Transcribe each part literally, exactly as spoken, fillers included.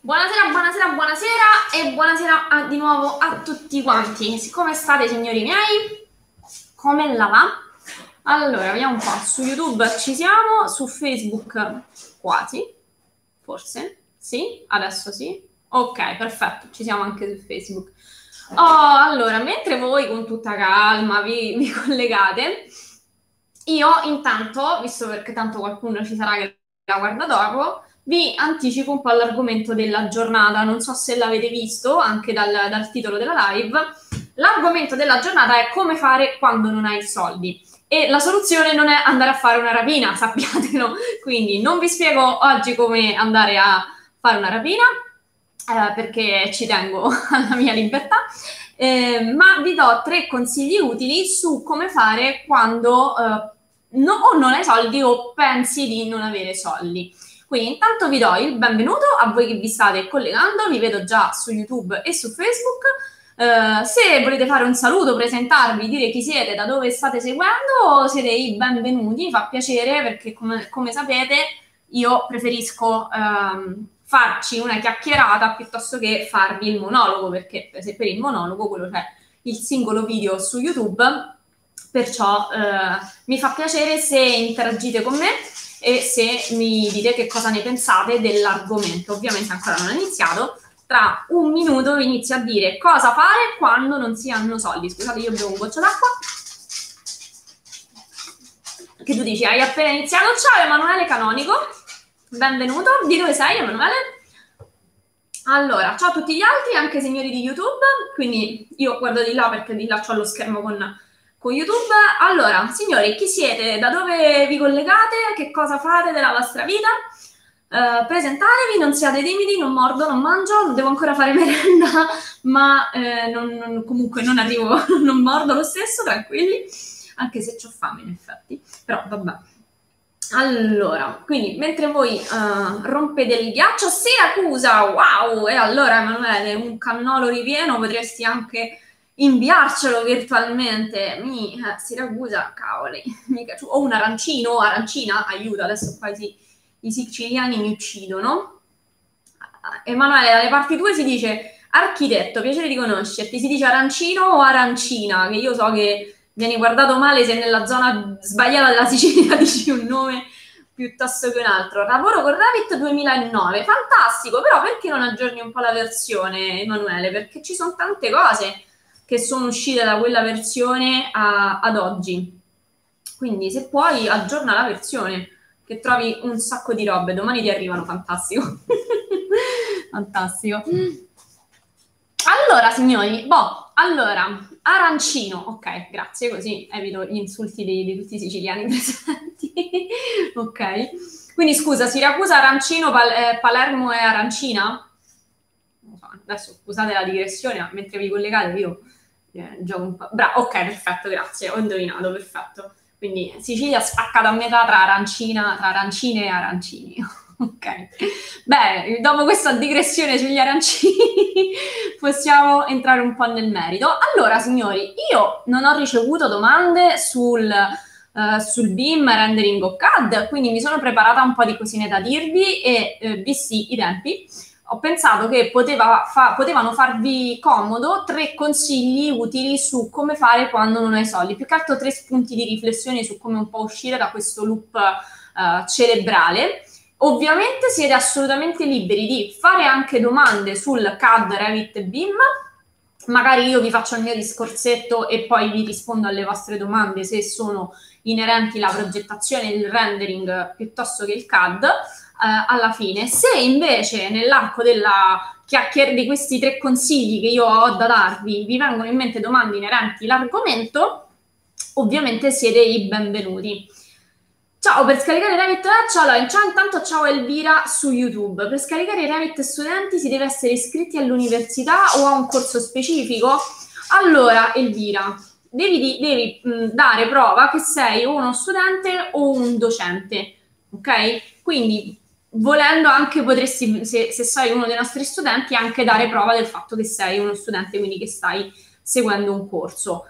Buonasera, buonasera, buonasera e buonasera a, di nuovo a tutti quanti. Come state, signori miei? Come la va? Allora, vediamo un po'. Su YouTube ci siamo, su Facebook quasi, forse. Sì, adesso sì. Ok, perfetto, ci siamo anche su Facebook. Oh, allora, mentre voi con tutta calma vi, vi collegate, io intanto, visto perché tanto qualcuno ci sarà che la guarda dopo, vi anticipo un po' l'argomento della giornata. Non so se l'avete visto anche dal, dal titolo della live. L'argomento della giornata è come fare quando non hai soldi. E la soluzione non è andare a fare una rapina, sappiatelo. Quindi non vi spiego oggi come andare a fare una rapina, eh, perché ci tengo alla mia libertà, eh, ma vi do tre consigli utili su come fare quando eh, no, o non hai soldi o pensi di non avere soldi. Quindi intanto vi do il benvenuto a voi che vi state collegando, vi vedo già su YouTube e su Facebook. Uh, se volete fare un saluto, presentarvi, dire chi siete, da dove state seguendo, siete i benvenuti, mi fa piacere perché come, come sapete io preferisco um, farci una chiacchierata piuttosto che farvi il monologo, perché se per il monologo quello c'è il singolo video su YouTube, perciò uh, mi fa piacere se interagite con me e se mi dite che cosa ne pensate dell'argomento. Ovviamente ancora non ho iniziato. Tra un minuto inizio a dire cosa fare quando non si hanno soldi. Scusate, io bevo un goccio d'acqua. Che tu dici, hai appena iniziato? Ciao Emanuele Canonico, benvenuto. Di dove sei, Emanuele? Allora, ciao a tutti gli altri, anche signori di YouTube. Quindi io guardo di là perché di là c'ho lo schermo con, con YouTube. Allora, signori, chi siete? Da dove vi collegate? Che cosa fate della vostra vita? Uh, presentatevi, non siate timidi, non mordo, non mangio, devo ancora fare merenda, ma eh, non, non, comunque non arrivo, non mordo lo stesso, tranquilli, anche se ho fame in effetti, però vabbè. Allora, quindi mentre voi uh, rompete il ghiaccio, Siracusa, wow! E allora Emanuele, un cannolo ripieno potresti anche inviarcelo virtualmente. Mi, eh, Siracusa, cavoli, mica, o un arancino, arancina, aiuto, adesso qua si... I siciliani mi uccidono. Emanuele, dalle parti tue si dice architetto, piacere di conoscerti. Si dice arancino o arancina? Che io so che vieni guardato male se nella zona sbagliata della Sicilia dici un nome piuttosto che un altro. Lavoro con Revit duemilanove, fantastico, però perché non aggiorni un po' la versione, Emanuele? Perché ci sono tante cose che sono uscite da quella versione a, ad oggi. Quindi se puoi aggiorna la versione, che trovi un sacco di robe, domani ti arrivano, fantastico. Fantastico. Allora, signori, boh, allora, arancino, ok, grazie, così evito gli insulti di, di tutti i siciliani presenti. Ok, quindi scusa, Siracusa, arancino, Pal eh, Palermo e arancina? Non so, adesso scusate la digressione, ma mentre vi collegate io eh, gioco un po'. Bravo, ok, perfetto, grazie, ho indovinato, perfetto. Quindi Sicilia spaccata a metà tra arancina, tra arancine e arancini. Ok. Beh, dopo questa digressione sugli arancini possiamo entrare un po' nel merito. Allora, signori, io non ho ricevuto domande sul, uh, sul B I M rendering o C A D, quindi mi sono preparata un po' di cosine da dirvi e eh, visti i tempi, ho pensato che poteva fa potevano farvi comodo tre consigli utili su come fare quando non hai soldi, più che altro tre spunti di riflessione su come un po' uscire da questo loop uh, cerebrale. Ovviamente siete assolutamente liberi di fare anche domande sul C A D, Revit e B I M, magari io vi faccio il mio discorsetto e poi vi rispondo alle vostre domande se sono inerenti alla progettazione, il rendering piuttosto che il C A D. Uh, alla fine. Se invece nell'arco della chiacchiera di questi tre consigli che io ho da darvi vi vengono in mente domande inerenti all'argomento, ovviamente siete i benvenuti. Ciao, per scaricare Revit, ciao, allora, intanto ciao Elvira su YouTube. Per scaricare Revit studenti si deve essere iscritti all'università o a un corso specifico? Allora, Elvira, devi, devi mh, dare prova che sei uno studente o un docente, ok? Quindi volendo anche potresti, se, se sei uno dei nostri studenti, anche dare prova del fatto che sei uno studente, quindi che stai seguendo un corso.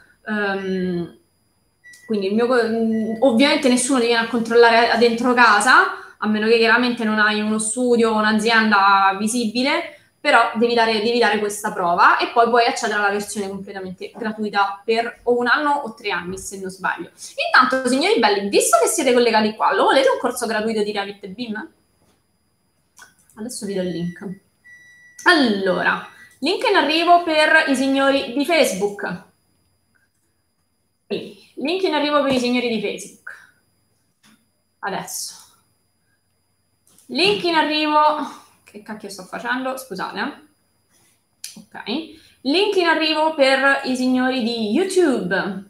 Um, quindi il mio, ovviamente nessuno ti viene a controllare dentro casa, a meno che chiaramente non hai uno studio o un'azienda visibile, però devi dare, devi dare questa prova e poi puoi accedere alla versione completamente gratuita per o un anno o tre anni, se non sbaglio. Intanto, signori belli, visto che siete collegati qua, lo volete un corso gratuito di Revit e B I M? Adesso vi do il link. Allora, link in arrivo per i signori di Facebook. Link in arrivo per i signori di Facebook. Adesso. Link in arrivo. Che cacchio sto facendo? Scusate. Ok. Link in arrivo per i signori di YouTube.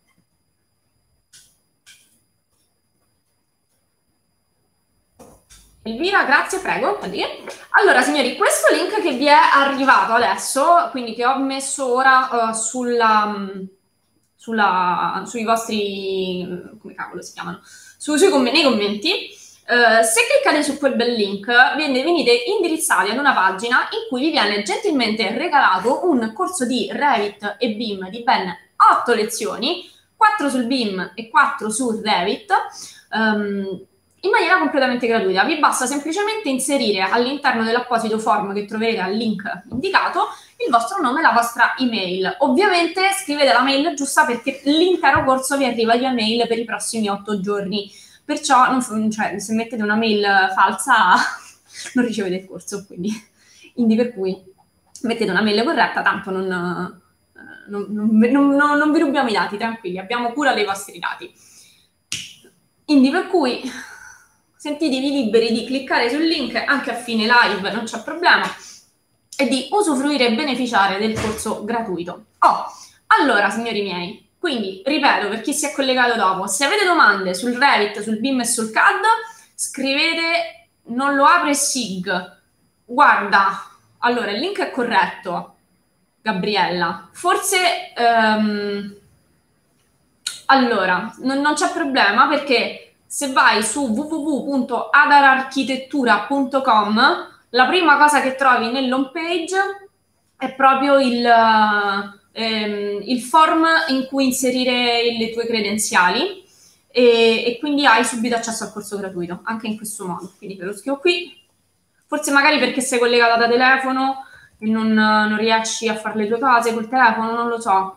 Elvira, grazie, prego. Allora, signori, questo link che vi è arrivato adesso, quindi che ho messo ora uh, sulla, sulla, sui vostri, come cavolo si chiamano, su, sui com- nei commenti, uh, se cliccate su quel bel link, viene, venite indirizzati ad una pagina in cui vi viene gentilmente regalato un corso di Revit e B I M di ben otto lezioni, quattro sul B I M e quattro sul Revit, um, in maniera completamente gratuita. Vi basta semplicemente inserire all'interno dell'apposito form che troverete al link indicato il vostro nome e la vostra email. Ovviamente scrivete la mail giusta perché l'intero corso vi arriva via mail per i prossimi otto giorni. Perciò, non, cioè, se mettete una mail falsa non ricevete il corso, quindi, quindi per cui mettete una mail corretta, tanto non, non, non, non, non vi rubiamo i dati, tranquilli, abbiamo cura dei vostri dati. Quindi per cui sentitevi liberi di cliccare sul link anche a fine live, non c'è problema, e di usufruire e beneficiare del corso gratuito. Oh, allora, signori miei, quindi, ripeto, per chi si è collegato dopo, se avete domande sul Revit, sul B I M e sul C A D, scrivete, non lo apre Sig. Guarda, allora, il link è corretto, Gabriella. Forse, um, allora, non, non c'è problema perché se vai su w w w punto adararchitettura punto com, la prima cosa che trovi nell'home page è proprio il, ehm, il form in cui inserire le tue credenziali e, e quindi hai subito accesso al corso gratuito, anche in questo modo. Quindi ve lo scrivo qui. Forse magari perché sei collegata da telefono e non, non riesci a fare le tue cose col telefono, non lo so.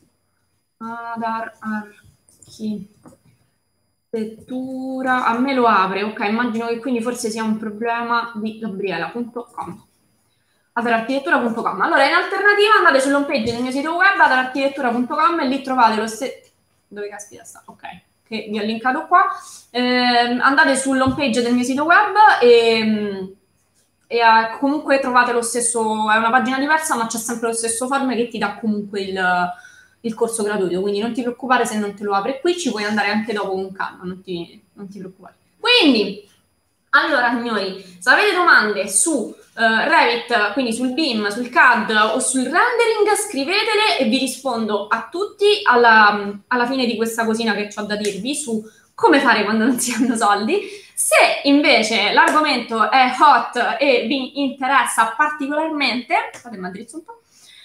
Adararchitettura, a me lo apre, ok, immagino che quindi forse sia un problema di gabriela punto com. adararchitettura punto com. Allora, in alternativa andate sull'home page del mio sito web, adararchitettura punto com, e lì trovate lo stesso... Dove caspita sta? Ok, che vi ho linkato qua. Eh, andate sull'home page del mio sito web e... e uh, comunque trovate lo stesso, è una pagina diversa ma c'è sempre lo stesso form che ti dà comunque il, il corso gratuito, quindi non ti preoccupare se non te lo apre qui, ci puoi andare anche dopo con calma, non ti, non ti preoccupare. Quindi, allora signori, se avete domande su uh, Revit, quindi sul B I M, sul C A D o sul rendering, scrivetele e vi rispondo a tutti alla, alla fine di questa cosina che ho da dirvi su come fare quando non si hanno soldi. Se invece l'argomento è hot e vi interessa particolarmente, fate un po',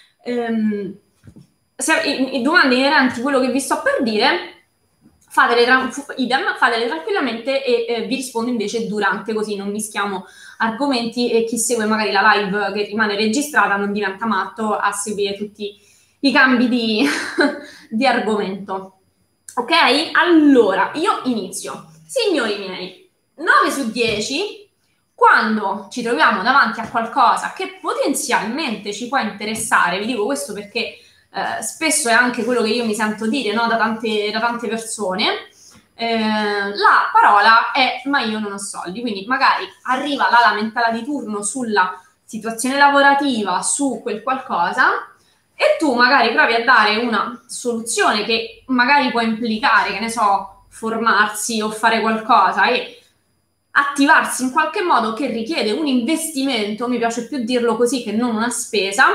ehm, se, i, i domande inerenti a quello che vi sto per dire, fatele, tra, idem, fatele tranquillamente e eh, vi rispondo invece durante, così non mischiamo argomenti e chi segue magari la live che rimane registrata non diventa matto a seguire tutti i cambi di, di argomento. Ok? Allora, io inizio. Signori miei, nove su dieci, quando ci troviamo davanti a qualcosa che potenzialmente ci può interessare, vi dico questo perché eh, spesso è anche quello che io mi sento dire, no, da tante, da tante persone, eh, la parola è ma io non ho soldi, quindi magari arriva la lamentela di turno sulla situazione lavorativa, su quel qualcosa, e tu magari provi a dare una soluzione che magari può implicare, che ne so, formarsi o fare qualcosa e attivarsi in qualche modo che richiede un investimento, mi piace più dirlo così che non una spesa,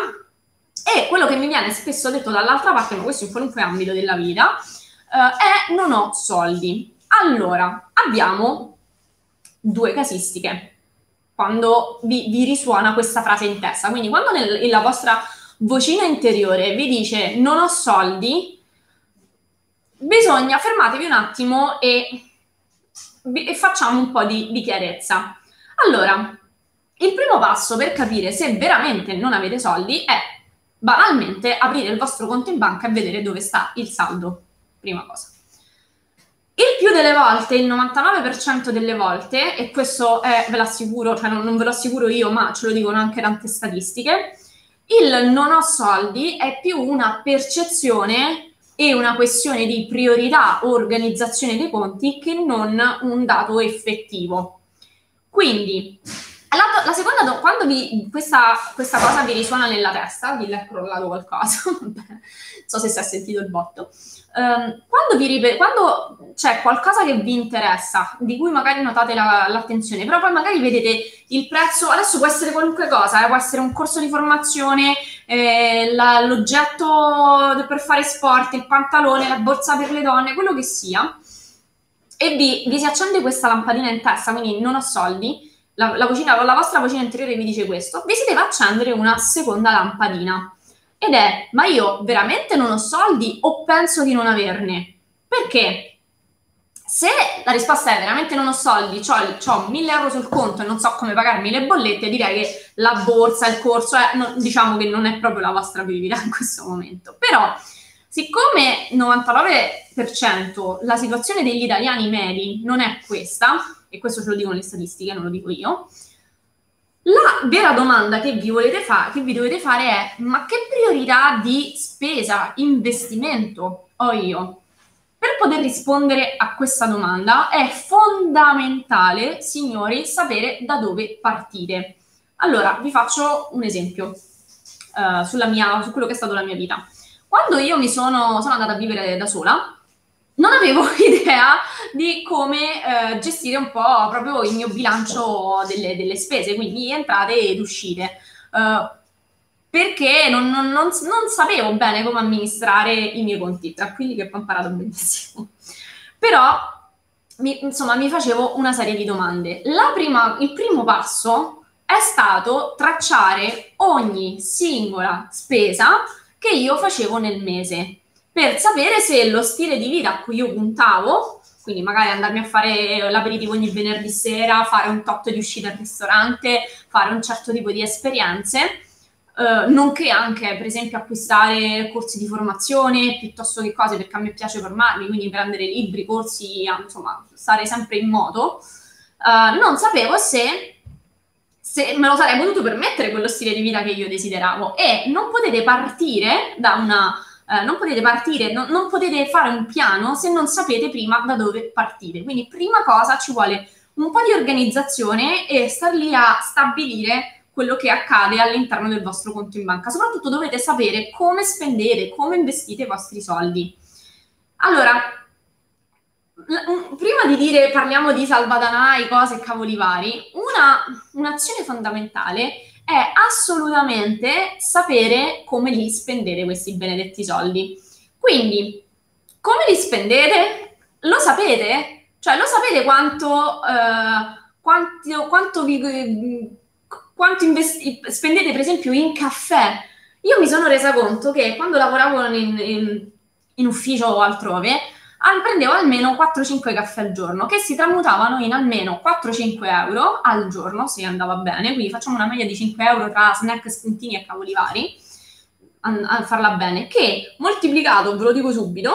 e quello che mi viene spesso detto dall'altra parte, ma questo in qualunque ambito della vita, eh, è non ho soldi. Allora, abbiamo due casistiche quando vi, vi risuona questa frase in testa, quindi quando nel, nella vostra vocina interiore vi dice non ho soldi, bisogna fermatevi un attimo e e facciamo un po' di, di chiarezza. Allora, il primo passo per capire se veramente non avete soldi è banalmente aprire il vostro conto in banca e vedere dove sta il saldo, prima cosa. Il più delle volte, il novantanove per cento delle volte, e questo è, ve l'assicuro, cioè non, non ve lo assicuro io, ma ce lo dicono anche tante statistiche, il non ho soldi è più una percezione e una questione di priorità o organizzazione dei conti che non un dato effettivo. Quindi, la, la seconda, quando vi, questa, questa cosa vi risuona nella testa, vi è crollato qualcosa, non so se si è sentito il botto, um, quando, vi, quando c'è qualcosa che vi interessa, di cui magari notate la, l'attenzione, però poi magari vedete il prezzo, adesso può essere qualunque cosa, eh, può essere un corso di formazione, eh, la, l'oggetto per fare sport, il pantalone, la borsa per le donne, quello che sia, e vi, vi si accende questa lampadina in testa, quindi non ho soldi, La, la, vocina, la vostra vocina interiore vi dice questo, vi si deve accendere una seconda lampadina. Ed è, ma io veramente non ho soldi o penso di non averne? Perché? Se la risposta è veramente non ho soldi, ho mille euro sul conto e non so come pagarmi le bollette, direi che la borsa, il corso, è, no, diciamo che non è proprio la vostra priorità in questo momento. Però, siccome novantanove per cento la situazione degli italiani medi non è questa, e questo ce lo dicono le statistiche, non lo dico io, la vera domanda che vi, volete fa- che vi dovete fare è: ma che priorità di spesa, investimento ho io? Per poter rispondere a questa domanda è fondamentale, signori, sapere da dove partire. Allora, vi faccio un esempio uh, sulla mia, su quello che è stata la mia vita. Quando io mi sono, sono andata a vivere da sola, non avevo idea di come eh, gestire un po' proprio il mio bilancio delle, delle spese, quindi entrate ed uscite, uh, perché non, non, non, non sapevo bene come amministrare i miei conti, tranquilli che ho imparato benissimo. Però, mi, insomma, mi facevo una serie di domande. La prima, il primo passo è stato tracciare ogni singola spesa che io facevo nel mese, per sapere se lo stile di vita a cui io puntavo, quindi magari andarmi a fare l'aperitivo ogni venerdì sera, fare un tot di uscite al ristorante, fare un certo tipo di esperienze, eh, nonché anche, per esempio, acquistare corsi di formazione, piuttosto che cose, perché a me piace formarmi, quindi prendere libri, corsi, insomma, stare sempre in moto, eh, non sapevo se... se me lo sarei potuto permettere quello stile di vita che io desideravo. E non potete partire da una... Uh, non potete partire, no, non potete fare un piano se non sapete prima da dove partire. Quindi prima cosa ci vuole un po' di organizzazione e star lì a stabilire quello che accade all'interno del vostro conto in banca. Soprattutto dovete sapere come spendete, come investite i vostri soldi. Allora, prima di dire parliamo di salvadanai, cose e cavoli vari, una, un'azione fondamentale è assolutamente sapere come li spendete questi benedetti soldi. Quindi, come li spendete? Lo sapete? Cioè, lo sapete quanto, eh, quanto, quanto, vi, quanto investi, spendete, per esempio, in caffè? Io mi sono resa conto che quando lavoravo in, in, in ufficio o altrove, prendevo almeno quattro cinque caffè al giorno, che si tramutavano in almeno quattro cinque euro al giorno, se andava bene, quindi facciamo una media di cinque euro tra snack, spuntini e cavoli vari, a, a farla bene, che moltiplicato, ve lo dico subito,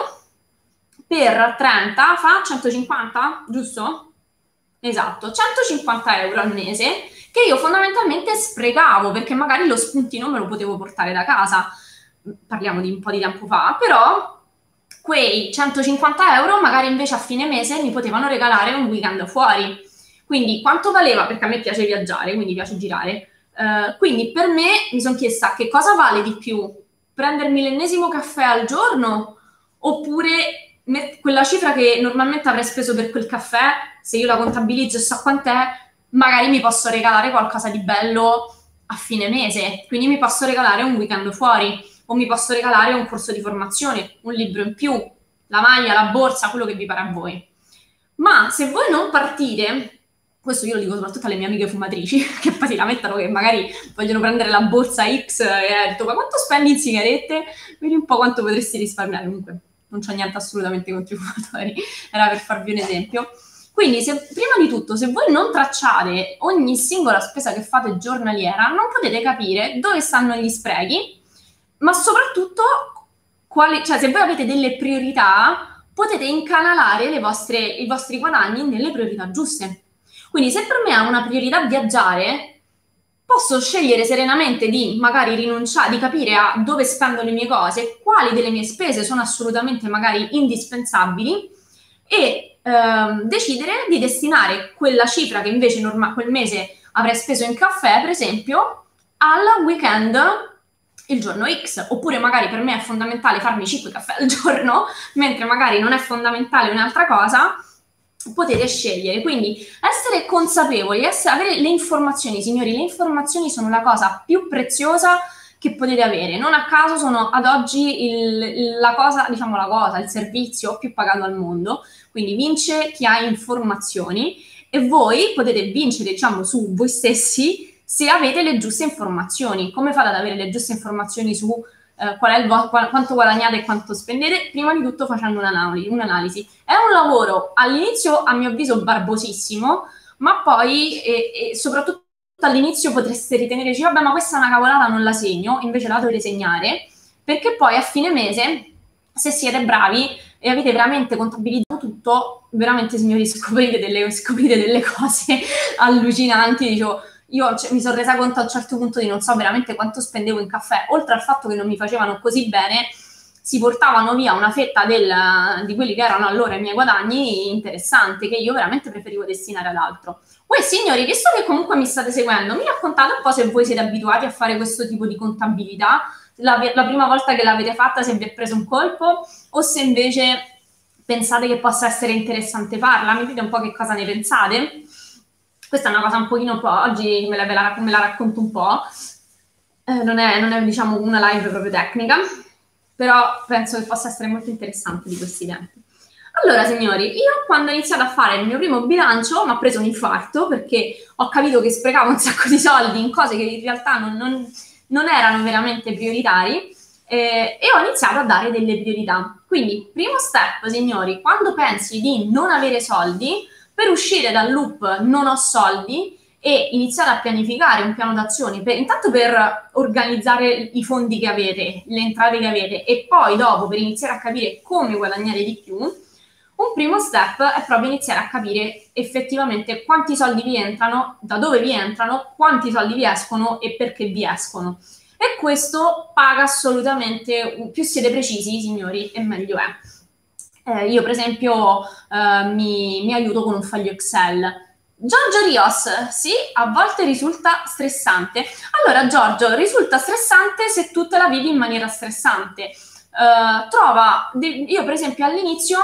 per trenta fa centocinquanta, giusto? Esatto, centocinquanta euro al mese, che io fondamentalmente sprecavo, perché magari lo spuntino me lo potevo portare da casa, parliamo di un po' di tempo fa, però quei centocinquanta euro magari invece a fine mese mi potevano regalare un weekend fuori. Quindi quanto valeva? Perché a me piace viaggiare, quindi piace girare. Uh, quindi per me mi sono chiesta che cosa vale di più? Prendermi l'ennesimo caffè al giorno oppure met- quella cifra che normalmente avrei speso per quel caffè, se io la contabilizzo e so quant'è, magari mi posso regalare qualcosa di bello a fine mese. Quindi mi posso regalare un weekend fuori. O mi posso regalare un corso di formazione, un libro in più, la maglia, la borsa, quello che vi pare a voi. Ma se voi non partite, questo io lo dico soprattutto alle mie amiche fumatrici, che poi si lamentano che magari vogliono prendere la borsa X e ha detto: ma quanto spendi in sigarette? Vedi un po' quanto potresti risparmiare. Comunque non c'ho niente assolutamente contro i fumatori, era per farvi un esempio. Quindi se, prima di tutto, se voi non tracciate ogni singola spesa che fate giornaliera, non potete capire dove stanno gli sprechi, ma soprattutto, quali, cioè se voi avete delle priorità, potete incanalare le vostre, i vostri guadagni nelle priorità giuste. Quindi se per me è una priorità viaggiare, posso scegliere serenamente di magari rinunciare, di capire a dove spendo le mie cose, quali delle mie spese sono assolutamente magari indispensabili e ehm, decidere di destinare quella cifra che invece norma- quel mese avrei speso in caffè, per esempio, al weekend il giorno X. Oppure magari per me è fondamentale farmi cinque caffè al giorno, mentre magari non è fondamentale un'altra cosa. Potete scegliere, quindi essere consapevoli, essere, avere le informazioni, signori, le informazioni sono la cosa più preziosa che potete avere. Non a caso sono ad oggi il, la cosa, diciamo la cosa, il servizio più pagato al mondo, quindi vince chi ha informazioni e voi potete vincere, diciamo, su voi stessi se avete le giuste informazioni. Come fate ad avere le giuste informazioni su Uh, qual è il vo- qual- quanto guadagnate e quanto spendete? Prima di tutto facendo un'analisi, un'analisi. È un lavoro all'inizio, a mio avviso, barbosissimo, ma poi, e, e soprattutto all'inizio potreste ritenere, dici, vabbè, ma questa è una cavolata, non la segno, invece la dovete segnare, perché poi a fine mese, se siete bravi e avete veramente contabilizzato tutto, veramente, signori, scoprite delle, scoprite delle cose allucinanti, dicevo, io cioè, mi sono resa conto a un certo punto di non so veramente quanto spendevo in caffè, oltre al fatto che non mi facevano così bene, si portavano via una fetta del, di quelli che erano allora i miei guadagni interessante, che io veramente preferivo destinare ad altro. Voi signori, visto che comunque mi state seguendo, mi raccontate un po' se voi siete abituati a fare questo tipo di contabilità, la, la prima volta che l'avete fatta, se vi è preso un colpo, o se invece pensate che possa essere interessante farla. Mi dite un po' che cosa ne pensate? Questa è una cosa un pochino, un po', oggi me la, me la, me la racconto un po', eh, non, è, non è diciamo una live proprio tecnica, però penso che possa essere molto interessante di questi tempi. Allora signori, io quando ho iniziato a fare il mio primo bilancio mi ha preso un infarto perché ho capito che sprecavo un sacco di soldi in cose che in realtà non, non, non erano veramente prioritari eh, e ho iniziato a dare delle priorità. Quindi, primo step signori, quando pensi di non avere soldi, per uscire dal loop non ho soldi e iniziare a pianificare un piano d'azione, per, intanto per organizzare i fondi che avete, le entrate che avete e poi dopo per iniziare a capire come guadagnare di più, un primo step è proprio iniziare a capire effettivamente quanti soldi vi entrano, da dove vi entrano, quanti soldi vi escono e perché vi escono. E questo paga assolutamente, più siete precisi signori e meglio è. Eh, io per esempio eh, mi, mi aiuto con un foglio Excel. Giorgio Rios, sì, a volte risulta stressante. Allora Giorgio, risulta stressante se tu te la vivi in maniera stressante. Uh, trova, io per esempio all'inizio,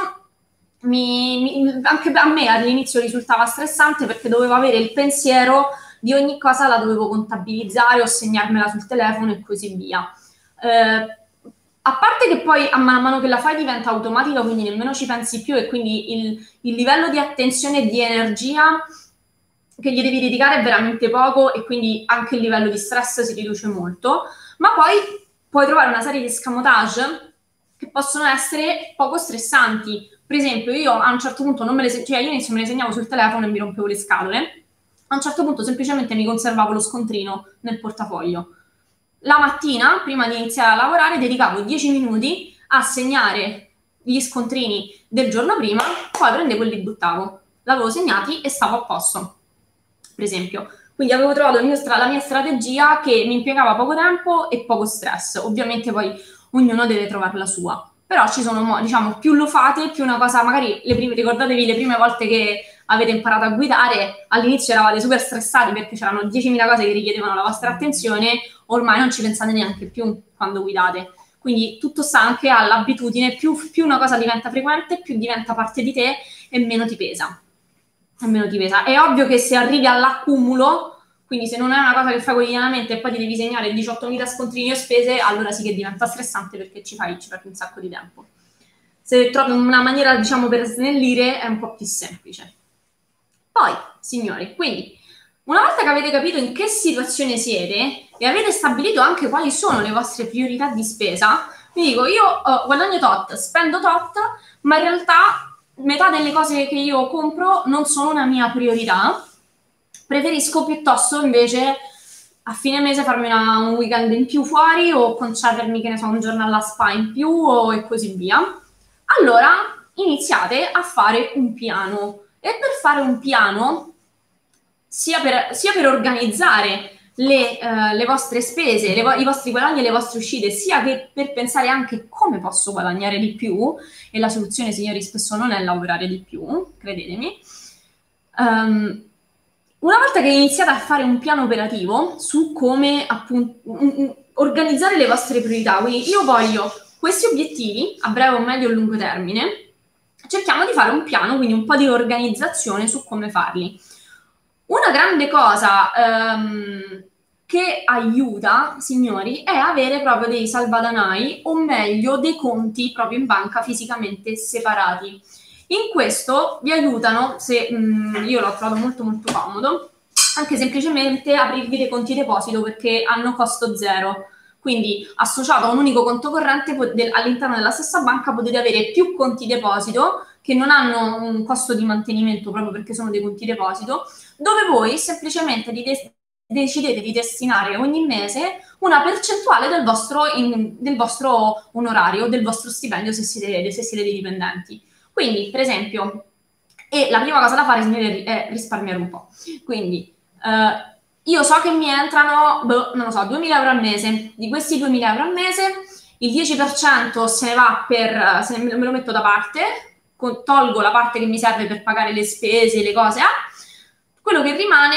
mi, mi, anche a me all'inizio risultava stressante perché dovevo avere il pensiero di ogni cosa, la dovevo contabilizzare o segnarmela sul telefono e così via. Uh, A parte che poi a man mano che la fai diventa automatica, quindi nemmeno ci pensi più e quindi il, il livello di attenzione e di energia che gli devi dedicare è veramente poco e quindi anche il livello di stress si riduce molto, ma poi puoi trovare una serie di escamotage che possono essere poco stressanti. Per esempio io a un certo punto non me le, cioè io inizio me le segnavo sul telefono e mi rompevo le scatole, a un certo punto semplicemente mi conservavo lo scontrino nel portafoglio. La mattina, prima di iniziare a lavorare, dedicavo dieci minuti a segnare gli scontrini del giorno prima, poi prendevo e li buttavo. L'avevo segnati e stavo a posto, per esempio. Quindi avevo trovato il mio stra- la mia strategia che mi impiegava poco tempo e poco stress. Ovviamente poi ognuno deve trovare la sua. Però ci sono, diciamo, più lo fate, più una cosa, magari le prime, ricordatevi le prime volte che avete imparato a guidare, all'inizio eravate super stressati perché c'erano diecimila cose che richiedevano la vostra attenzione, ormai non ci pensate neanche più quando guidate. Quindi tutto sta anche all'abitudine, più, più una cosa diventa frequente, più diventa parte di te e meno ti pesa. E meno ti pesa. È ovvio che se arrivi all'accumulo, quindi se non è una cosa che fai quotidianamente e poi ti devi segnare diciottomila scontrini o spese, allora sì che diventa stressante perché ci fai, ci perdi un sacco di tempo. Se trovi una maniera, diciamo, per snellire è un po' più semplice. Poi, signori, quindi, una volta che avete capito in che situazione siete e avete stabilito anche quali sono le vostre priorità di spesa, vi dico, io uh, guadagno tot, spendo tot, ma in realtà metà delle cose che io compro non sono una mia priorità, preferisco piuttosto invece a fine mese farmi una, un weekend in più fuori o concedermi, che ne so, un giorno alla spa in più o e così via. Allora iniziate a fare un piano e per fare un piano, sia per, sia per organizzare le, uh, le vostre spese, le vo- i vostri guadagni e le vostre uscite, sia che per pensare anche come posso guadagnare di più, e la soluzione, signori, spesso non è lavorare di più, credetemi. Um, una volta che iniziate a fare un piano operativo su come appunto organizzare le vostre priorità, quindi io voglio questi obiettivi a breve, medio e lungo termine, cerchiamo di fare un piano, quindi un po' di organizzazione su come farli. Una grande cosa ehm, che aiuta, signori, è avere proprio dei salvadanai, o meglio dei conti proprio in banca fisicamente separati. In questo vi aiutano, se mh, io l'ho trovato molto molto comodo, anche semplicemente aprirvi dei conti deposito perché hanno costo zero. Quindi associato a un unico conto corrente all'interno della stessa banca potete avere più conti deposito che non hanno un costo di mantenimento proprio perché sono dei conti deposito, dove voi semplicemente de- decidete di destinare ogni mese una percentuale del vostro, in, del vostro onorario, del vostro stipendio se siete, se siete dei dipendenti. Quindi, per esempio, e la prima cosa da fare, signori, è risparmiare un po'. Quindi, eh, io so che mi entrano, boh, non lo so, duemila euro al mese. Di questi duemila euro al mese, il dieci per cento se ne va per, se me lo metto da parte, tolgo la parte che mi serve per pagare le spese, le cose, eh. Quello che rimane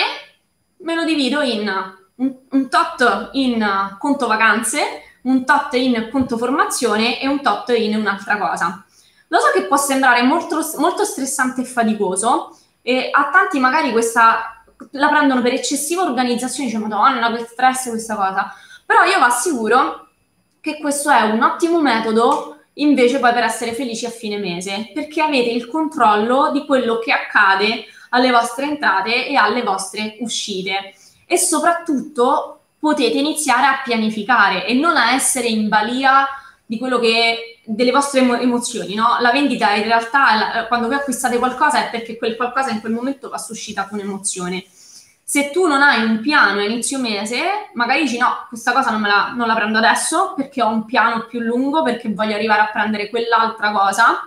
me lo divido in un, un tot in conto vacanze, un tot in conto formazione e un tot in un'altra cosa. Lo so che può sembrare molto, molto stressante e faticoso, e a tanti magari questa la prendono per eccessiva organizzazione, dice madonna che stress questa cosa, però io vi assicuro che questo è un ottimo metodo invece poi per essere felici a fine mese, perché avete il controllo di quello che accade alle vostre entrate e alle vostre uscite, e soprattutto potete iniziare a pianificare e non a essere in balia di quello che delle vostre emo- emozioni, no? La vendita in realtà, la, quando voi acquistate qualcosa è perché quel qualcosa in quel momento va suscitato un'emozione. Se tu non hai un piano a inizio mese, magari dici no, questa cosa non, me la, non la prendo adesso perché ho un piano più lungo, perché voglio arrivare a prendere quell'altra cosa,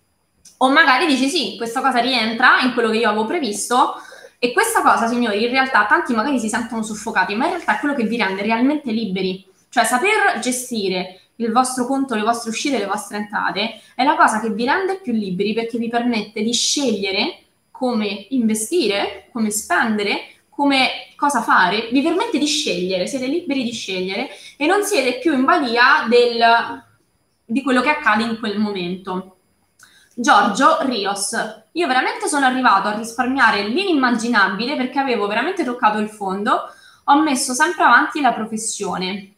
o magari dici sì, questa cosa rientra in quello che io avevo previsto, e questa cosa, signori, in realtà tanti magari si sentono soffocati, ma in realtà è quello che vi rende realmente liberi. Cioè saper gestire il vostro conto, le vostre uscite, le vostre entrate è la cosa che vi rende più liberi, perché vi permette di scegliere come investire, come spendere, come cosa fare, vi permette di scegliere, siete liberi di scegliere e non siete più in balia del, di quello che accade in quel momento. Giorgio Rios: io veramente sono arrivato a risparmiare l'inimmaginabile perché avevo veramente toccato il fondo, ho messo sempre avanti la professione.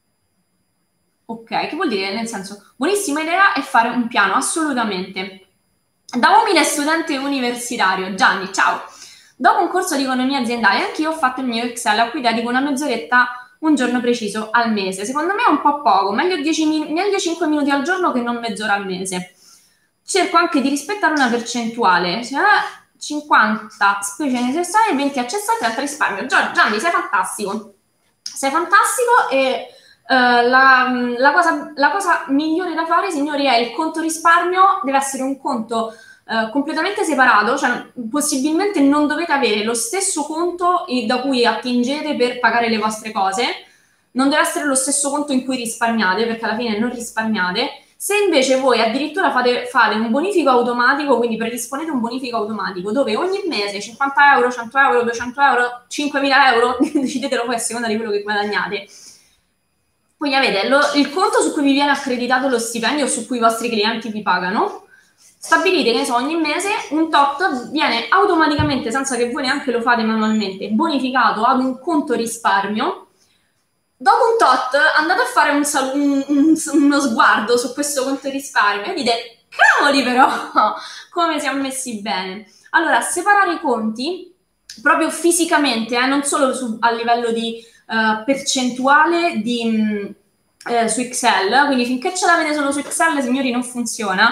Ok, che vuol dire? Nel senso, buonissima idea è fare un piano, assolutamente. Da umile studente universitario, Gianni, ciao! Dopo un corso di economia aziendale, anch'io ho fatto il mio Excel a cui dedico una mezz'oretta un giorno preciso al mese. Secondo me è un po' poco, meglio, dieci min- meglio cinque minuti al giorno che non mezz'ora al mese. Cerco anche di rispettare una percentuale, cioè cinquanta spese necessarie, venti accessate, trenta risparmio. Gianni, sei fantastico! Sei fantastico e Uh, la, la, cosa, la cosa migliore da fare, signori, è il conto risparmio. Deve essere un conto uh, completamente separato, cioè possibilmente non dovete avere lo stesso conto da cui attingete per pagare le vostre cose, non deve essere lo stesso conto in cui risparmiate, perché alla fine non risparmiate. Se invece voi addirittura fate, fate un bonifico automatico, quindi predisponete un bonifico automatico dove ogni mese cinquanta euro, cento euro, duecento euro, cinquemila euro, decidetelo poi a seconda di quello che guadagnate. Quindi avete lo, il conto su cui vi viene accreditato lo stipendio, su cui i vostri clienti vi pagano. Stabilite che ne so, ogni mese un tot viene automaticamente, senza che voi neanche lo fate manualmente, bonificato ad un conto risparmio. Dopo un tot andate a fare un, un, un, uno sguardo su questo conto risparmio e dite, cavoli però, come siamo messi bene. Allora, separare i conti proprio fisicamente, eh, non solo su, a livello di Uh, percentuale di, uh, su Excel, quindi finché ce l'avete solo su Excel, signori, non funziona.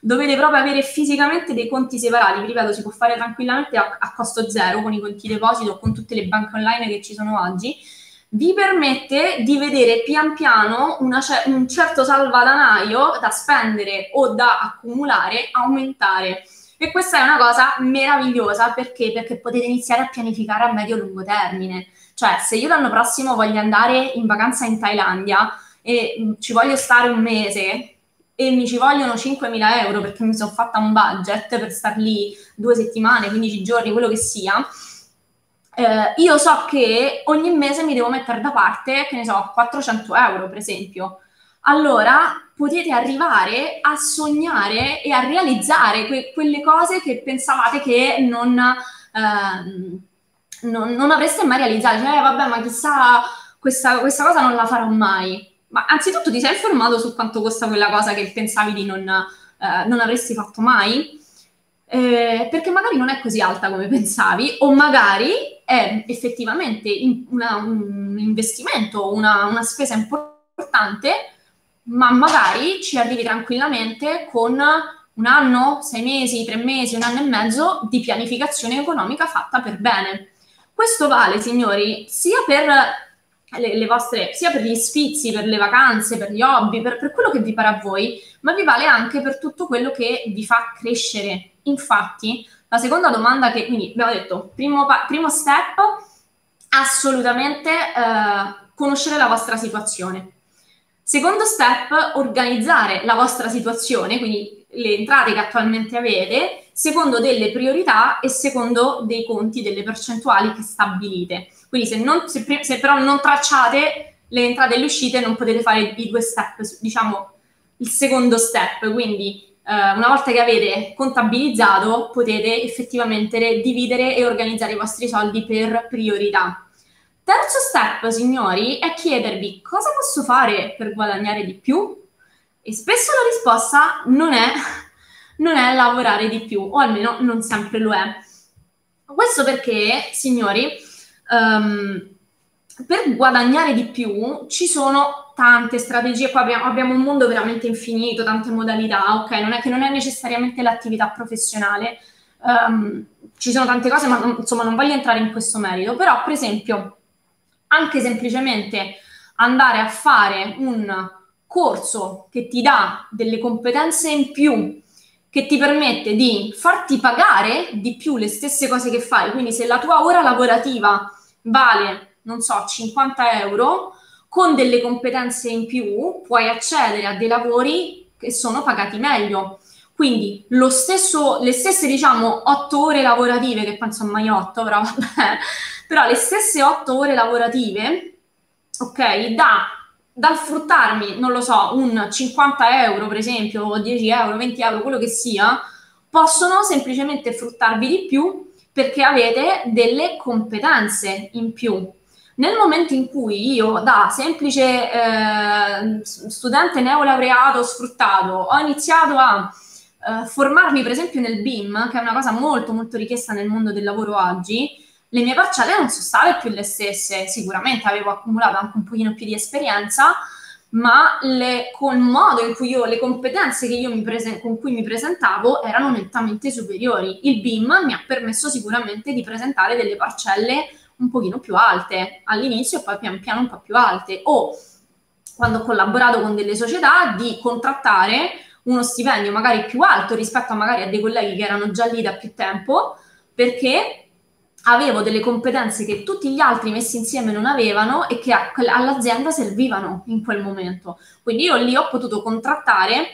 dovete proprio avere fisicamente dei conti separati, vi ripeto, si può fare tranquillamente a, a costo zero con i conti deposito o con tutte le banche online che ci sono oggi, vi permette di vedere pian piano una, un certo salvadanaio da spendere o da accumulare aumentare. E questa è una cosa meravigliosa, perché? Perché potete iniziare a pianificare a medio-lungo termine. Cioè, se io l'anno prossimo voglio andare in vacanza in Thailandia e ci voglio stare un mese e mi ci vogliono cinquemila euro perché mi sono fatta un budget per star lì due settimane, quindici giorni, quello che sia, eh, io so che ogni mese mi devo mettere da parte, che ne so, quattrocento euro per esempio. Allora potete arrivare a sognare e a realizzare que quelle cose che pensavate che non, eh, non, non avreste mai realizzato. Cioè, eh, vabbè, ma chissà, questa, questa cosa non la farò mai. Ma anzitutto ti sei informato su quanto costa quella cosa che pensavi di non, eh, non avresti fatto mai? Eh, perché magari non è così alta come pensavi, o magari è effettivamente in una, un investimento, una, una spesa importante, ma magari ci arrivi tranquillamente con un anno, sei mesi, tre mesi, un anno e mezzo di pianificazione economica fatta per bene. Questo vale, signori, sia per le, le vostre, sia per gli sfizi, per le vacanze, per gli hobby, per, per quello che vi pare a voi, ma vi vale anche per tutto quello che vi fa crescere. Infatti, la seconda domanda che, quindi abbiamo detto, primo, primo step, assolutamente eh, conoscere la vostra situazione. Secondo step, organizzare la vostra situazione, quindi le entrate che attualmente avete, secondo delle priorità e secondo dei conti, delle percentuali che stabilite. Quindi se, non, se, se però non tracciate le entrate e le uscite, non potete fare i due step, diciamo il secondo step. Quindi eh, una volta che avete contabilizzato, potete effettivamente dividere e organizzare i vostri soldi per priorità. Terzo step, signori, è chiedervi cosa posso fare per guadagnare di più? E spesso la risposta non è, non è lavorare di più, o almeno non sempre lo è. Questo perché, signori, um, per guadagnare di più ci sono tante strategie, qua abbiamo, abbiamo un mondo veramente infinito, tante modalità, ok? Non è che non è necessariamente l'attività professionale, um, ci sono tante cose, ma insomma non voglio entrare in questo merito, però per esempio anche semplicemente andare a fare un corso che ti dà delle competenze in più, che ti permette di farti pagare di più le stesse cose che fai. Quindi se la tua ora lavorativa vale, non so, cinquanta euro, con delle competenze in più puoi accedere a dei lavori che sono pagati meglio. Quindi lo stesso, le stesse, diciamo, otto ore lavorative, che penso mai otto, però vabbè, però le stesse otto ore lavorative, ok, da, dal fruttarmi, non lo so, un cinquanta euro per esempio, o dieci euro, venti euro, quello che sia, possono semplicemente fruttarvi di più perché avete delle competenze in più. Nel momento in cui io, da semplice eh, studente neolaureato sfruttato, ho iniziato a eh, formarmi per esempio nel B I M, che è una cosa molto molto richiesta nel mondo del lavoro oggi, le mie parcelle non sono state più le stesse, sicuramente avevo accumulato anche un pochino più di esperienza, ma le, col modo in cui io, le competenze che io mi prese, con cui mi presentavo erano nettamente superiori. Il B I M mi ha permesso sicuramente di presentare delle parcelle un pochino più alte all'inizio e poi pian piano un po' più alte, o quando ho collaborato con delle società di contrattare uno stipendio magari più alto rispetto a magari a dei colleghi che erano già lì da più tempo, perché avevo delle competenze che tutti gli altri messi insieme non avevano e che all'azienda servivano in quel momento. Quindi io lì ho potuto contrattare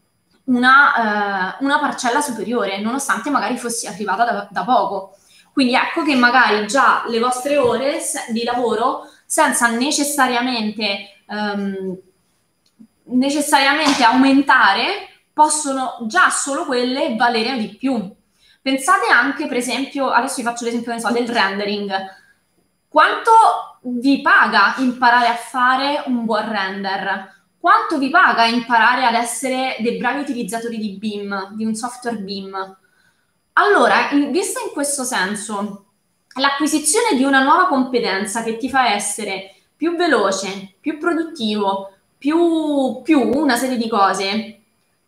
una, eh, una parcella superiore, nonostante magari fossi arrivata da, da poco. Quindi ecco che magari già le vostre ore di lavoro, senza necessariamente, um, necessariamente aumentare, possono già solo quelle valere di più. Pensate anche, per esempio, adesso vi faccio l'esempio so, del rendering. Quanto vi paga imparare a fare un buon render? Quanto vi paga imparare ad essere dei bravi utilizzatori di B I M, di un software B I M? Allora, in, vista in questo senso, l'acquisizione di una nuova competenza che ti fa essere più veloce, più produttivo, più, più una serie di cose,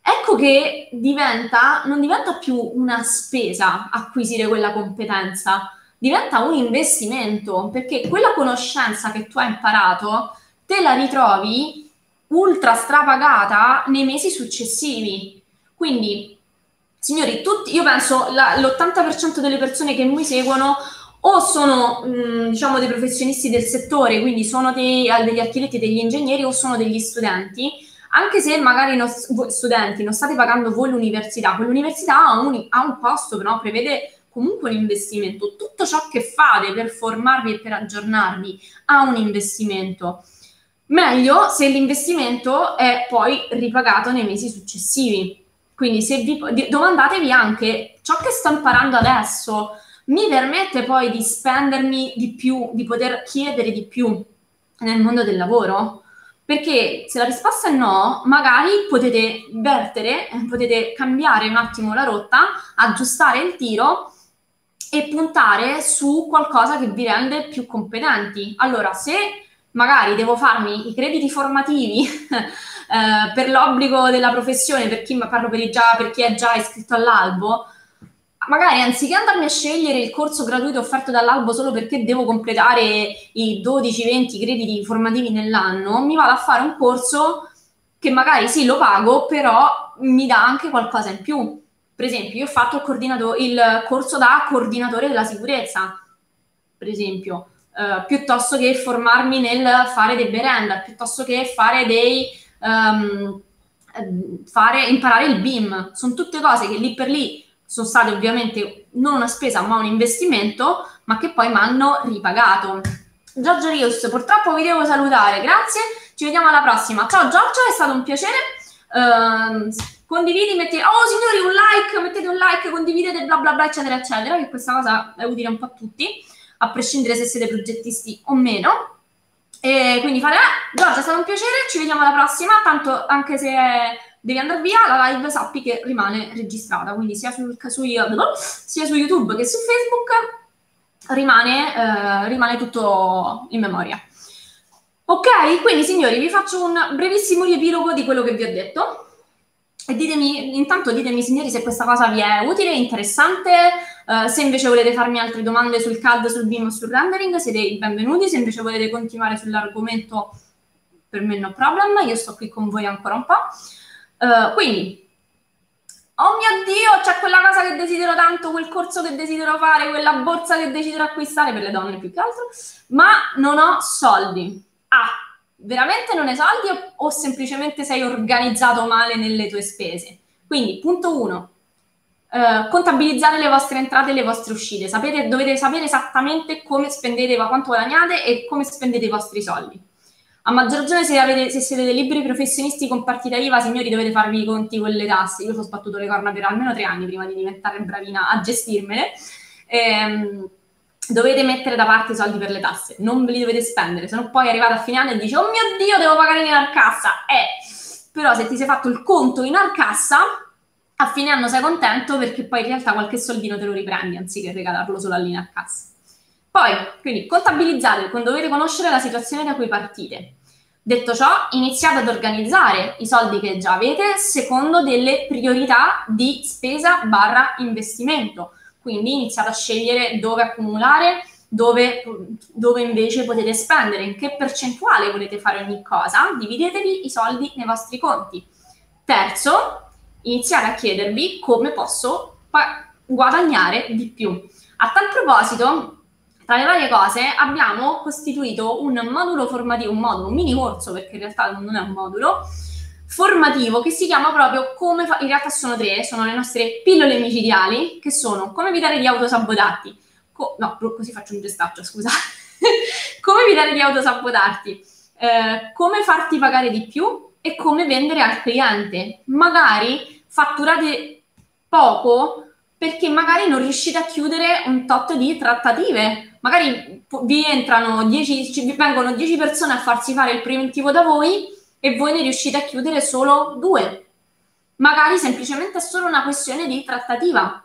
ecco che diventa, non diventa più una spesa acquisire quella competenza, diventa un investimento, perché quella conoscenza che tu hai imparato te la ritrovi ultra strapagata nei mesi successivi. Quindi, signori, tutti, io penso la, l'ottanta per cento delle persone che mi seguono o sono mh, diciamo dei professionisti del settore, quindi sono dei, degli architetti, degli ingegneri, o sono degli studenti. Anche se magari non, voi studenti non state pagando voi l'università, quell'università ha un, ha un costo, no? Prevede comunque un investimento. Tutto ciò che fate per formarvi e per aggiornarvi ha un investimento. Meglio se l'investimento è poi ripagato nei mesi successivi. Quindi se vi, domandatevi anche: ciò che sto imparando adesso mi permette poi di spendermi di più, di poter chiedere di più nel mondo del lavoro? Perché se la risposta è no, magari potete vertere, potete cambiare un attimo la rotta, aggiustare il tiro e puntare su qualcosa che vi rende più competenti. Allora, se magari devo farmi i crediti formativi eh, per l'obbligo della professione, per chi, parlo per, già, per chi è già iscritto all'albo, magari anziché andarmi a scegliere il corso gratuito offerto dall'albo solo perché devo completare i dodici venti crediti formativi nell'anno, mi vado a fare un corso che magari sì, lo pago, però mi dà anche qualcosa in più. Per esempio, io ho fatto il, coordinato- il corso da coordinatore della sicurezza, per esempio, eh, piuttosto che formarmi nel fare dei berenda, piuttosto che fare dei... Um, fare, imparare il B I M. Sono tutte cose che lì per lì sono state ovviamente non una spesa ma un investimento, ma che poi mi hanno ripagato. Giorgio Rios, purtroppo vi devo salutare, grazie, ci vediamo alla prossima. Ciao Giorgio, è stato un piacere. Uh, condividi, mettete, oh signori, un like, mettete un like, condividete bla bla bla eccetera eccetera, che questa cosa è utile un po' a tutti, a prescindere se siete progettisti o meno. E quindi fate, eh, Giorgio, è stato un piacere, ci vediamo alla prossima, tanto anche se devi andare via, la live sappi che rimane registrata, quindi sia, sul, su, sia su YouTube che su Facebook rimane, eh, rimane tutto in memoria. Ok, quindi signori, vi faccio un brevissimo riepilogo di quello che vi ho detto. E ditemi, intanto ditemi signori se questa cosa vi è utile, interessante, uh, se invece volete farmi altre domande sul C A D, sul B I M o sul rendering siete i benvenuti, se invece volete continuare sull'argomento per me no problem, io sto qui con voi ancora un po'. Uh, quindi, oh mio Dio, c'è quella cosa che desidero tanto, quel corso che desidero fare, quella borsa che desidero acquistare, per le donne più che altro, ma non ho soldi. Ah, veramente non hai soldi o, o semplicemente sei organizzato male nelle tue spese? Quindi, punto uno, eh, contabilizzare le vostre entrate e le vostre uscite. Sapete, dovete sapere esattamente come spendete, quanto guadagnate e come spendete i vostri soldi. A maggior ragione se, avete, se siete dei liberi professionisti con partita I V A, signori, dovete farvi i conti con le tasse. Io ci ho sbattuto le corna per almeno tre anni prima di diventare bravina a gestirmele. Ehm, dovete mettere da parte i soldi per le tasse, non ve li dovete spendere, se no poi arrivate a fine anno e dici oh mio Dio, devo pagare in arcassa. Eh, però se ti sei fatto il conto in arcassa, a fine anno sei contento perché poi in realtà qualche soldino te lo riprendi anziché regalarlo solo all'inarcassa. Poi, quindi, contabilizzate, dovete conoscere la situazione da cui partite. Detto ciò, iniziate ad organizzare i soldi che già avete secondo delle priorità di spesa barra investimento. Quindi iniziate a scegliere dove accumulare, dove, dove invece potete spendere, in che percentuale volete fare ogni cosa. Dividetevi i soldi nei vostri conti. Terzo, iniziare a chiedervi come posso guadagnare di più. A tal proposito, tra le varie cose, abbiamo costituito un modulo formativo, un modulo, un mini corso, perché in realtà non è un modulo, formativo che si chiama proprio come fa- in realtà sono tre, sono le nostre pillole micidiali, che sono come evitare di autosabotarti, co- no, così faccio un gestaccio, scusa, come evitare di autosabotarti, eh, come farti pagare di più e come vendere al cliente. Magari fatturate poco perché magari non riuscite a chiudere un tot di trattative. Magari vi entrano dieci, vi vengono dieci persone a farsi fare il preventivo da voi e voi ne riuscite a chiudere solo due. Magari semplicemente è solo una questione di trattativa,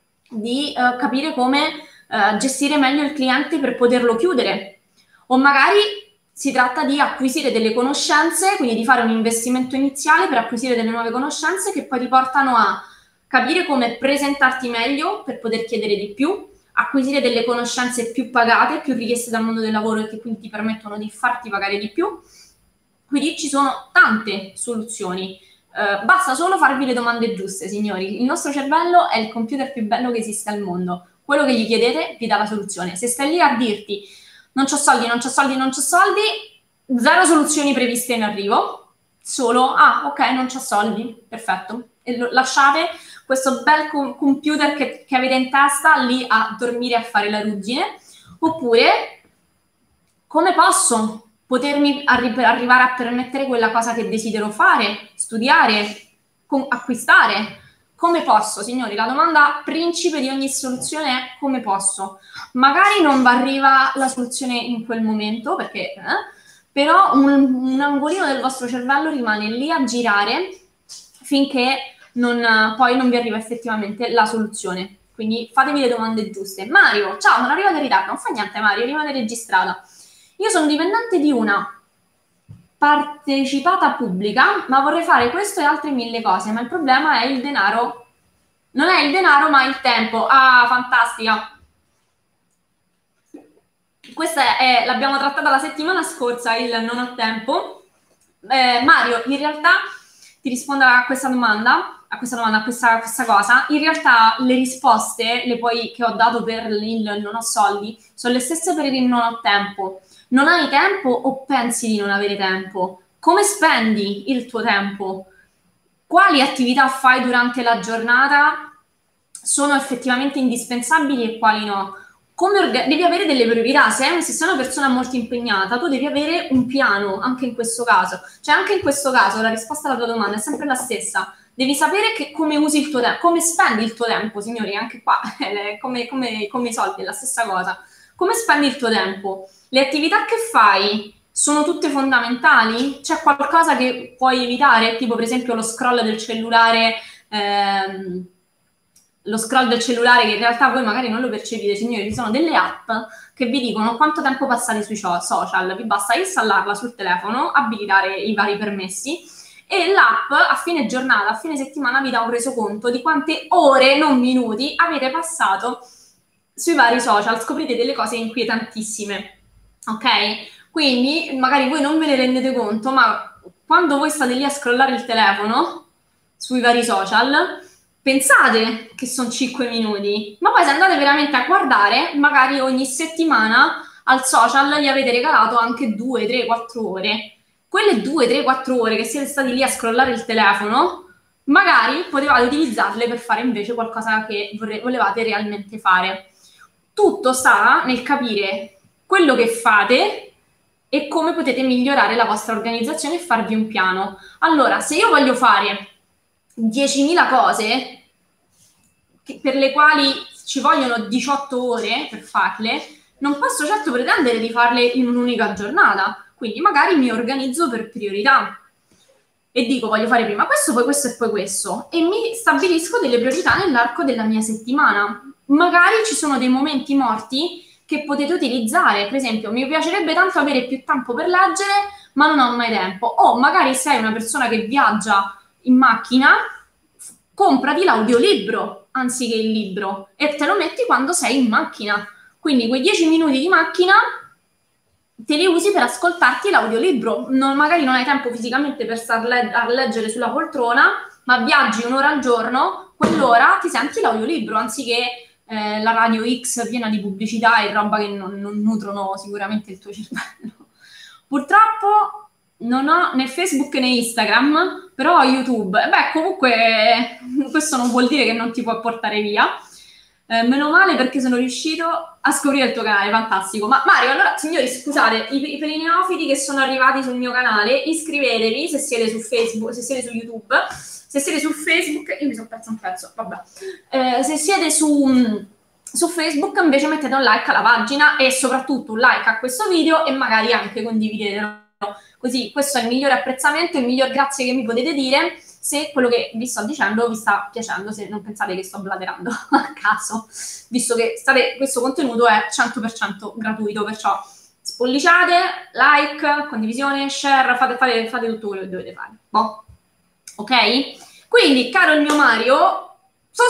di uh, capire come uh, gestire meglio il cliente per poterlo chiudere. O magari si tratta di acquisire delle conoscenze, quindi di fare un investimento iniziale per acquisire delle nuove conoscenze che poi ti portano a capire come presentarti meglio per poter chiedere di più, acquisire delle conoscenze più pagate, più richieste dal mondo del lavoro e che quindi ti permettono di farti pagare di più. Quindi ci sono tante soluzioni. Uh, basta solo farvi le domande giuste, signori. Il nostro cervello è il computer più bello che esiste al mondo. Quello che gli chiedete vi dà la soluzione. Se stai lì a dirti non c'ho soldi, non c'ho soldi, non c'ho soldi, zero soluzioni previste in arrivo, solo, ah, ok, non c'ho soldi, perfetto. E lo, lasciate questo bel com- computer che, che avete in testa lì a dormire a fare la ruggine, oppure, come posso potermi arri- arrivare a permettere quella cosa che desidero fare, studiare, com- acquistare? Come posso, signori? La domanda principe di ogni soluzione è come posso. Magari non vi arriva la soluzione in quel momento, perché, eh, però un, un angolino del vostro cervello rimane lì a girare finché non, poi non vi arriva effettivamente la soluzione. Quindi fatevi le domande giuste. Mario, ciao, sono arrivata in ritardo. Non fa niente, Mario, rimane registrata. Io sono dipendente di una partecipata pubblica, ma vorrei fare questo e altre mille cose, ma il problema è il denaro. Non è il denaro, ma il tempo. Ah, fantastica. Questa è, l'abbiamo trattata la settimana scorsa, il non ho tempo. Eh, Mario, in realtà ti rispondo a questa domanda, a questa domanda, a questa, a questa cosa. In realtà le risposte le puoi, che ho dato per il non ho soldi sono le stesse per il non ho tempo. Non hai tempo o pensi di non avere tempo? Come spendi il tuo tempo? Quali attività fai durante la giornata sono effettivamente indispensabili e quali no? Come orga- devi avere delle priorità. Se, se sei una persona molto impegnata, tu devi avere un piano anche in questo caso. Cioè anche in questo caso la risposta alla tua domanda è sempre la stessa. Devi sapere che come usi il tuo tempo, come spendi il tuo tempo, signori, anche qua, come, come, come i soldi, è la stessa cosa. Come spendi il tuo tempo? Le attività che fai sono tutte fondamentali? C'è qualcosa che puoi evitare? Tipo per esempio lo scroll del cellulare, ehm, lo scroll del cellulare che in realtà voi magari non lo percepite, signori, ci sono delle app che vi dicono quanto tempo passate sui social, vi basta installarla sul telefono, abilitare i vari permessi e l'app a fine giornata, a fine settimana vi dà un resoconto di quante ore, non minuti, avete passato sui vari social. Scoprite delle cose inquietantissime, ok? Quindi magari voi non ve ne rendete conto, ma quando voi state lì a scrollare il telefono sui vari social, pensate che sono cinque minuti, ma poi se andate veramente a guardare, magari ogni settimana al social gli avete regalato anche due, tre, quattro ore. Quelle due, tre, quattro ore che siete stati lì a scrollare il telefono, magari potevate utilizzarle per fare invece qualcosa che vorre- volevate realmente fare. Tutto sta nel capire quello che fate e come potete migliorare la vostra organizzazione e farvi un piano. Allora, se io voglio fare diecimila cose che, per le quali ci vogliono diciotto ore per farle, non posso certo pretendere di farle in un'unica giornata. Quindi magari mi organizzo per priorità e dico voglio fare prima questo, poi questo e poi questo e mi stabilisco delle priorità nell'arco della mia settimana. Magari ci sono dei momenti morti che potete utilizzare, per esempio mi piacerebbe tanto avere più tempo per leggere ma non ho mai tempo, o magari sei una persona che viaggia in macchina, comprati l'audiolibro anziché il libro e te lo metti quando sei in macchina, quindi quei dieci minuti di macchina te li usi per ascoltarti l'audiolibro. Non, magari non hai tempo fisicamente per star le- a leggere sulla poltrona, ma viaggi un'ora al giorno, quell'ora ti senti l'audiolibro anziché eh, la radio X piena di pubblicità e roba che non, non nutrono sicuramente il tuo cervello. Purtroppo non ho né Facebook né Instagram, però ho YouTube. Beh, comunque questo non vuol dire che non ti può portare via. Eh, meno male perché sono riuscito a scoprire il tuo canale, fantastico. Ma Mario, allora, signori, scusate, i, i, per i neofiti che sono arrivati sul mio canale, iscrivetevi se siete su Facebook, se siete su YouTube, se siete su Facebook, io mi sono perso un pezzo, vabbè. Eh, se siete su, su Facebook invece mettete un like alla pagina e soprattutto un like a questo video e magari anche condividetelo. Così questo è il migliore apprezzamento, il miglior grazie che mi potete dire se quello che vi sto dicendo vi sta piacendo, se non pensate che sto blaterando a caso, visto che state, questo contenuto è cento per cento gratuito, perciò Spolliciate, like, condivisione, share, fate, fate, fate tutto quello che dovete fare. Boh. Ok? Quindi, caro il mio Mario, sono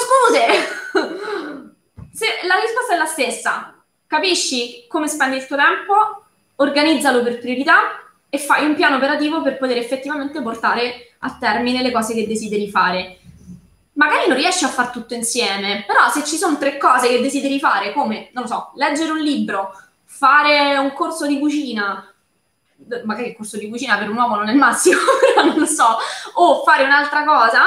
scuse! Se la risposta è la stessa. Capisci come spendi il tuo tempo, organizzalo per priorità e fai un piano operativo per poter effettivamente portare a termine le cose che desideri fare. Magari non riesci a fare tutto insieme, però se ci sono tre cose che desideri fare, come, non lo so, leggere un libro, fare un corso di cucina, magari il corso di cucina per un uomo non è il massimo, però non lo so, o fare un'altra cosa,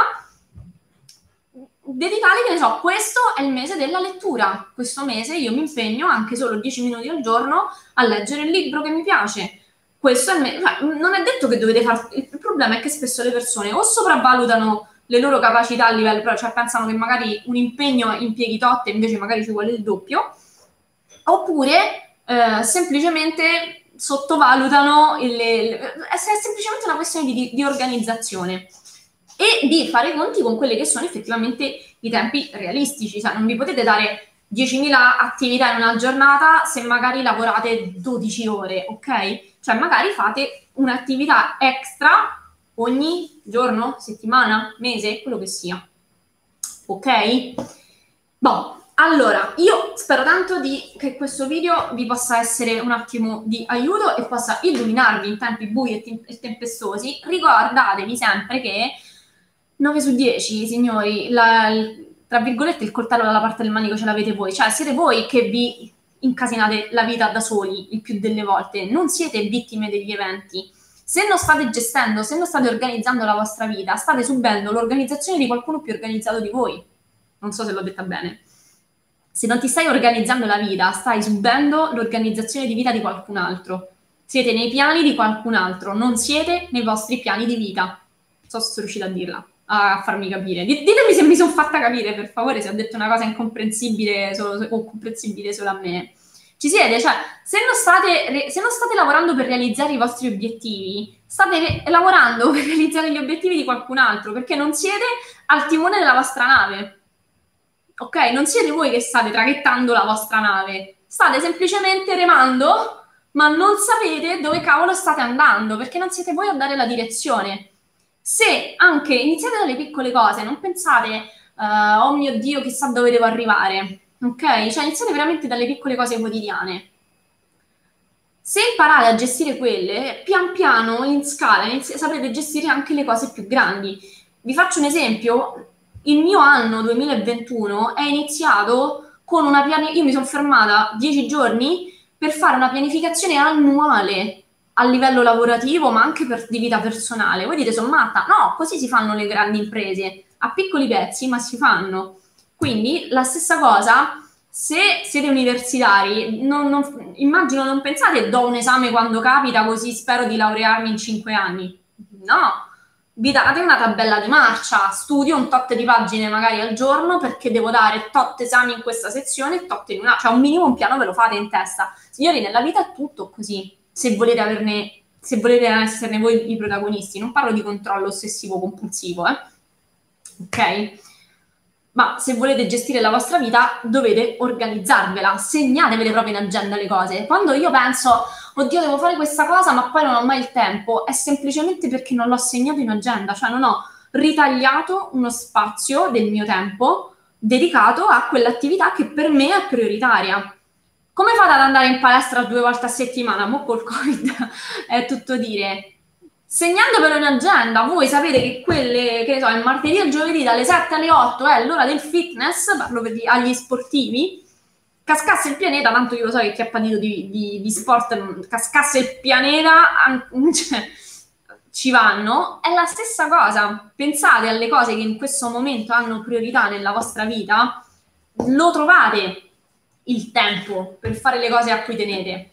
dedicare, che ne so, questo è il mese della lettura. Questo mese io mi impegno anche solo dieci minuti al giorno a leggere il libro che mi piace. Questo è il me- cioè, non è detto che dovete fare... Il problema è che spesso le persone o sopravvalutano le loro capacità a livello, cioè pensano che magari un impegno impieghi tot e invece magari ci vuole il doppio, oppure eh, semplicemente sottovalutano il, il, è semplicemente una questione di, di organizzazione e di fare i conti con quelli che sono effettivamente i tempi realistici. Cioè, non vi potete dare diecimila attività in una giornata se magari lavorate dodici ore, ok? Cioè magari fate un'attività extra ogni giorno, settimana, mese, quello che sia. Ok? Boh, allora, io spero tanto di, che questo video vi possa essere un attimo di aiuto e possa illuminarvi in tempi bui e, tem- e tempestosi. Ricordatevi sempre che nove su dieci, signori, la, il, tra virgolette il coltello dalla parte del manico ce l'avete voi, cioè siete voi che vi incasinate la vita da soli il più delle volte, non siete vittime degli eventi. Se non state gestendo, se non state organizzando la vostra vita, state subendo l'organizzazione di qualcuno più organizzato di voi. Non so se l'ho detta bene. Se non ti stai organizzando la vita, stai subendo l'organizzazione di vita di qualcun altro. Siete nei piani di qualcun altro, non siete nei vostri piani di vita. Non so se sono riuscita a dirla, a farmi capire. Ditemi se mi sono fatta capire, per favore, se ho detto una cosa incomprensibile solo, o comprensibile solo a me. Ci siete? Cioè, se non state, se non state lavorando per realizzare i vostri obiettivi, state lavorando per realizzare gli obiettivi di qualcun altro, perché non siete al timone della vostra nave. Ok? Non siete voi che state traghettando la vostra nave, state semplicemente remando, ma non sapete dove cavolo state andando, perché non siete voi a dare la direzione. Se anche iniziate dalle piccole cose, non pensate, uh, oh mio Dio, chissà dove devo arrivare, ok? Cioè iniziate veramente dalle piccole cose quotidiane. Se imparate a gestire quelle, pian piano, in scala, inizi- saprete gestire anche le cose più grandi. Vi faccio un esempio. Il mio anno duemilaventuno è iniziato con una pianificazione. Io mi sono fermata dieci giorni per fare una pianificazione annuale a livello lavorativo, ma anche per, di vita personale. Voi dite, sono matta? No, così si fanno le grandi imprese, a piccoli pezzi, ma si fanno. Quindi la stessa cosa, se siete universitari, non, non, immagino non pensate do un esame quando capita così spero di laurearmi in cinque anni. No, vi date una tabella di marcia, studio un tot di pagine magari al giorno perché devo dare tot esami in questa sezione e tot in una, cioè un minimo un piano ve lo fate in testa. Signori, nella vita è tutto così, se volete averne, se volete esserne voi i protagonisti. Non parlo di controllo ossessivo compulsivo, eh? Ok? Ma se volete gestire la vostra vita dovete organizzarvela, segnatevele proprio in agenda le cose. Quando io penso, oddio devo fare questa cosa ma poi non ho mai il tempo, è semplicemente perché non l'ho segnato in agenda, cioè non ho ritagliato uno spazio del mio tempo dedicato a quell'attività che per me è prioritaria. Come fate ad andare in palestra due volte a settimana? Mo' col Covid è tutto dire. Segnandovelo in agenda, voi sapete che quelle, che ne so, il martedì e il giovedì dalle sette alle otto è l'ora del fitness, parlo per gli, agli sportivi, cascasse il pianeta, tanto io lo so che chi ha patito di, di, di sport, cascasse il pianeta, cioè, ci vanno, è la stessa cosa. Pensate alle cose che in questo momento hanno priorità nella vostra vita, lo trovate il tempo per fare le cose a cui tenete.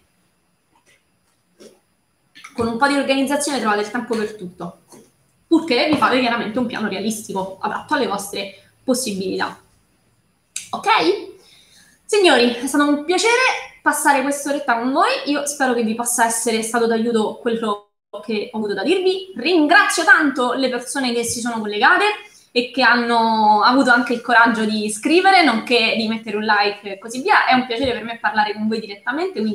Con un po' di organizzazione trovate il tempo per tutto, purché vi fate chiaramente un piano realistico, adatto alle vostre possibilità. Ok? Signori, è stato un piacere passare quest'oretta con voi, io spero che vi possa essere stato d'aiuto quello che ho avuto da dirvi. Ringrazio tanto le persone che si sono collegate e che hanno avuto anche il coraggio di scrivere, nonché di mettere un like e così via. È un piacere per me parlare con voi direttamente, quindi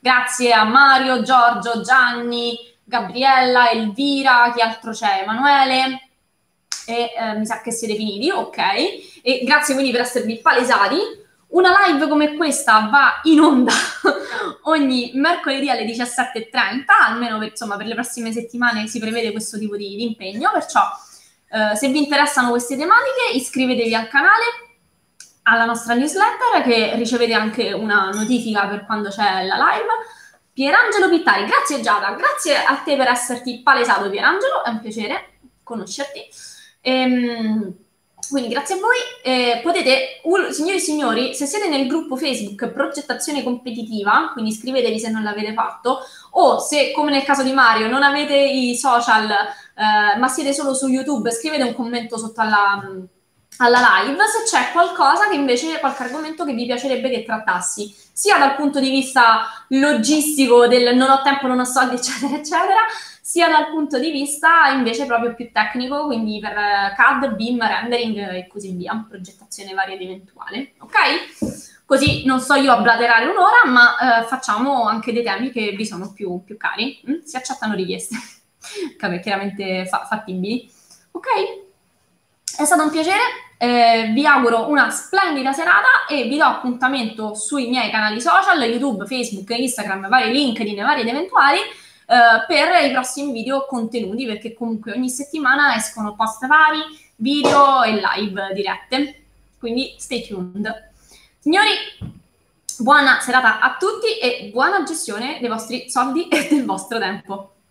Grazie a Mario, Giorgio, Gianni, Gabriella, Elvira, chi altro c'è? Emanuele, e eh, mi sa che siete finiti, ok. E grazie quindi per esservi palesati. Una live come questa va in onda ogni mercoledì alle diciassette e trenta, almeno per, insomma, per le prossime settimane si prevede questo tipo di, di impegno, perciò eh, se vi interessano queste tematiche iscrivetevi al canale, alla nostra newsletter, che ricevete anche una notifica per quando c'è la live. Pierangelo Pittari, grazie Giada, grazie a te per esserti palesato Pierangelo, è un piacere conoscerti. Ehm, quindi grazie a voi. Eh, potete, uh, signori e signori, se siete nel gruppo Facebook Progettazione Competitiva, quindi iscrivetevi se non l'avete fatto, o se come nel caso di Mario non avete i social eh, ma siete solo su YouTube, scrivete un commento sotto alla, alla live se c'è qualcosa che invece, qualche argomento che vi piacerebbe che trattassi, sia dal punto di vista logistico del non ho tempo, non ho soldi, eccetera, eccetera, sia dal punto di vista invece proprio più tecnico, quindi per C A D, B I M, rendering e così via, progettazione varia ed eventuale, ok? Così non sto io a blaterare un'ora, ma eh, facciamo anche dei temi che vi sono più, più cari, mm? Si accettano richieste, chiaramente fa fattibili, ok? È stato un piacere, eh, vi auguro una splendida serata e vi do appuntamento sui miei canali social, YouTube, Facebook, Instagram, vari LinkedIn, vari ed eventuali, Uh, per i prossimi video contenuti, perché comunque ogni settimana escono post vari, video e live dirette, quindi stay tuned. Signori, buona serata a tutti e buona gestione dei vostri soldi e del vostro tempo.